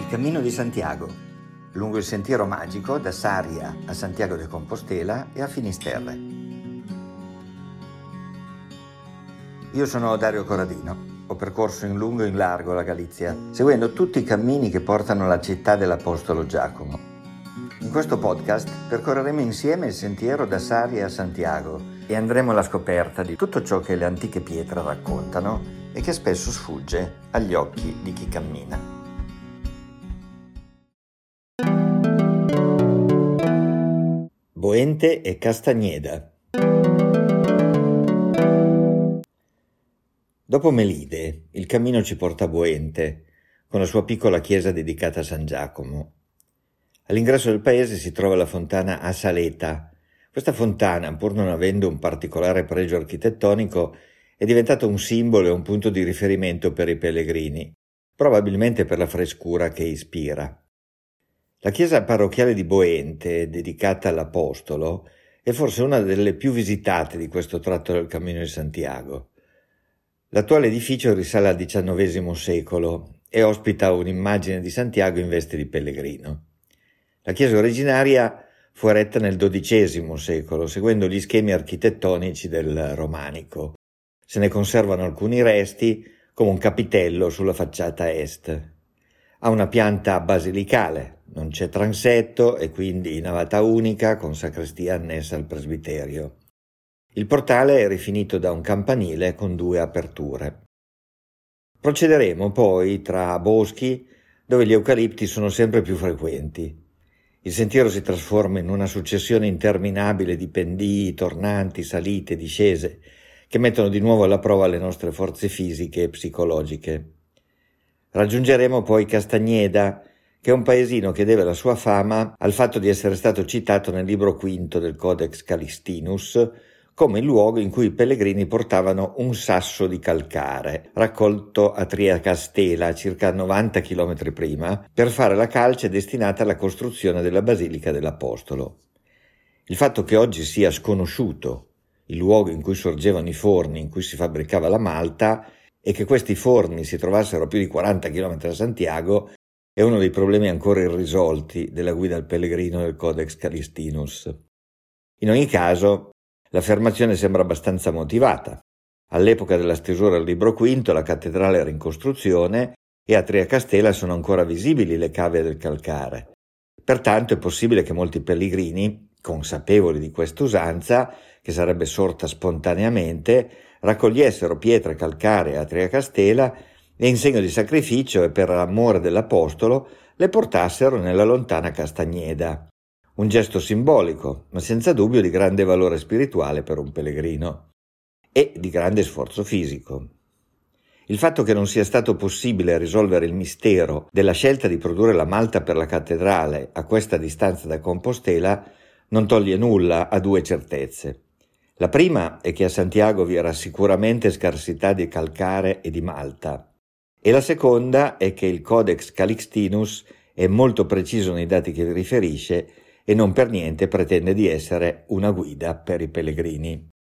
Cammino di Santiago, lungo il sentiero magico da Sarria a Santiago de Compostela e a Finisterre. Io sono Dario Corradino, ho percorso in lungo e in largo la Galizia, seguendo tutti i cammini che portano alla città dell'Apostolo Giacomo. In questo podcast percorreremo insieme il sentiero da Sarria a Santiago e andremo alla scoperta di tutto ciò che le antiche pietre raccontano e che spesso sfugge agli occhi di chi cammina. Boente e Castagneda. Dopo Melide, il cammino ci porta a Boente, con la sua piccola chiesa dedicata a San Giacomo. All'ingresso del paese si trova la fontana a Saleta. Questa fontana, pur non avendo un particolare pregio architettonico, è diventata un simbolo e un punto di riferimento per i pellegrini, probabilmente per la frescura che ispira. La chiesa parrocchiale di Boente, dedicata all'Apostolo, è forse una delle più visitate di questo tratto del Cammino di Santiago. L'attuale edificio risale al XIX secolo e ospita un'immagine di Santiago in veste di pellegrino. La chiesa originaria fu eretta nel XII secolo, seguendo gli schemi architettonici del romanico. Se ne conservano alcuni resti, come un capitello sulla facciata est. Ha una pianta basilicale, non c'è transetto e quindi navata unica con sacrestia annessa al presbiterio. Il portale è rifinito da un campanile con 2 aperture. Procederemo poi tra boschi dove gli eucalipti sono sempre più frequenti. Il sentiero si trasforma in una successione interminabile di pendii, tornanti, salite, discese che mettono di nuovo alla prova le nostre forze fisiche e psicologiche. Raggiungeremo poi Castagneda, che è un paesino che deve la sua fama al fatto di essere stato citato nel libro V del Codex Calixtinus come il luogo in cui i pellegrini portavano un sasso di calcare, raccolto a Triacastela circa 90 km prima, per fare la calce destinata alla costruzione della Basilica dell'Apostolo. Il fatto che oggi sia sconosciuto il luogo in cui sorgevano i forni in cui si fabbricava la malta e che questi forni si trovassero a più di 40 km da Santiago è uno dei problemi ancora irrisolti della guida al pellegrino del Codex Calixtinus. In ogni caso, l'affermazione sembra abbastanza motivata. All'epoca della stesura del libro V la cattedrale era in costruzione e a Triacastela sono ancora visibili le cave del calcare. Pertanto è possibile che molti pellegrini, consapevoli di questa usanza, che sarebbe sorta spontaneamente, raccogliessero pietre calcaree a Triacastela e in segno di sacrificio e per amore dell'Apostolo le portassero nella lontana Castagneda. Un gesto simbolico, ma senza dubbio di grande valore spirituale per un pellegrino e di grande sforzo fisico. Il fatto che non sia stato possibile risolvere il mistero della scelta di produrre la malta per la cattedrale a questa distanza da Compostela non toglie nulla a 2 certezze. La prima è che a Santiago vi era sicuramente scarsità di calcare e di malta. E la seconda è che il Codex Calixtinus è molto preciso nei dati che vi riferisce e non per niente pretende di essere una guida per i pellegrini.